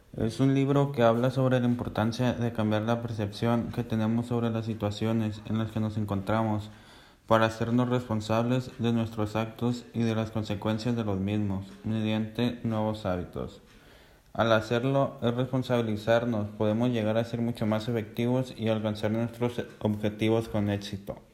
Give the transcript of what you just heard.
Es un libro que habla sobre la importancia de cambiar la percepción que tenemos sobre las situaciones en las que nos encontramos para hacernos responsables de nuestros actos y de las consecuencias de los mismos mediante nuevos hábitos. Al hacerlo, es responsabilizarnos, podemos llegar a ser mucho más efectivos y alcanzar nuestros objetivos con éxito.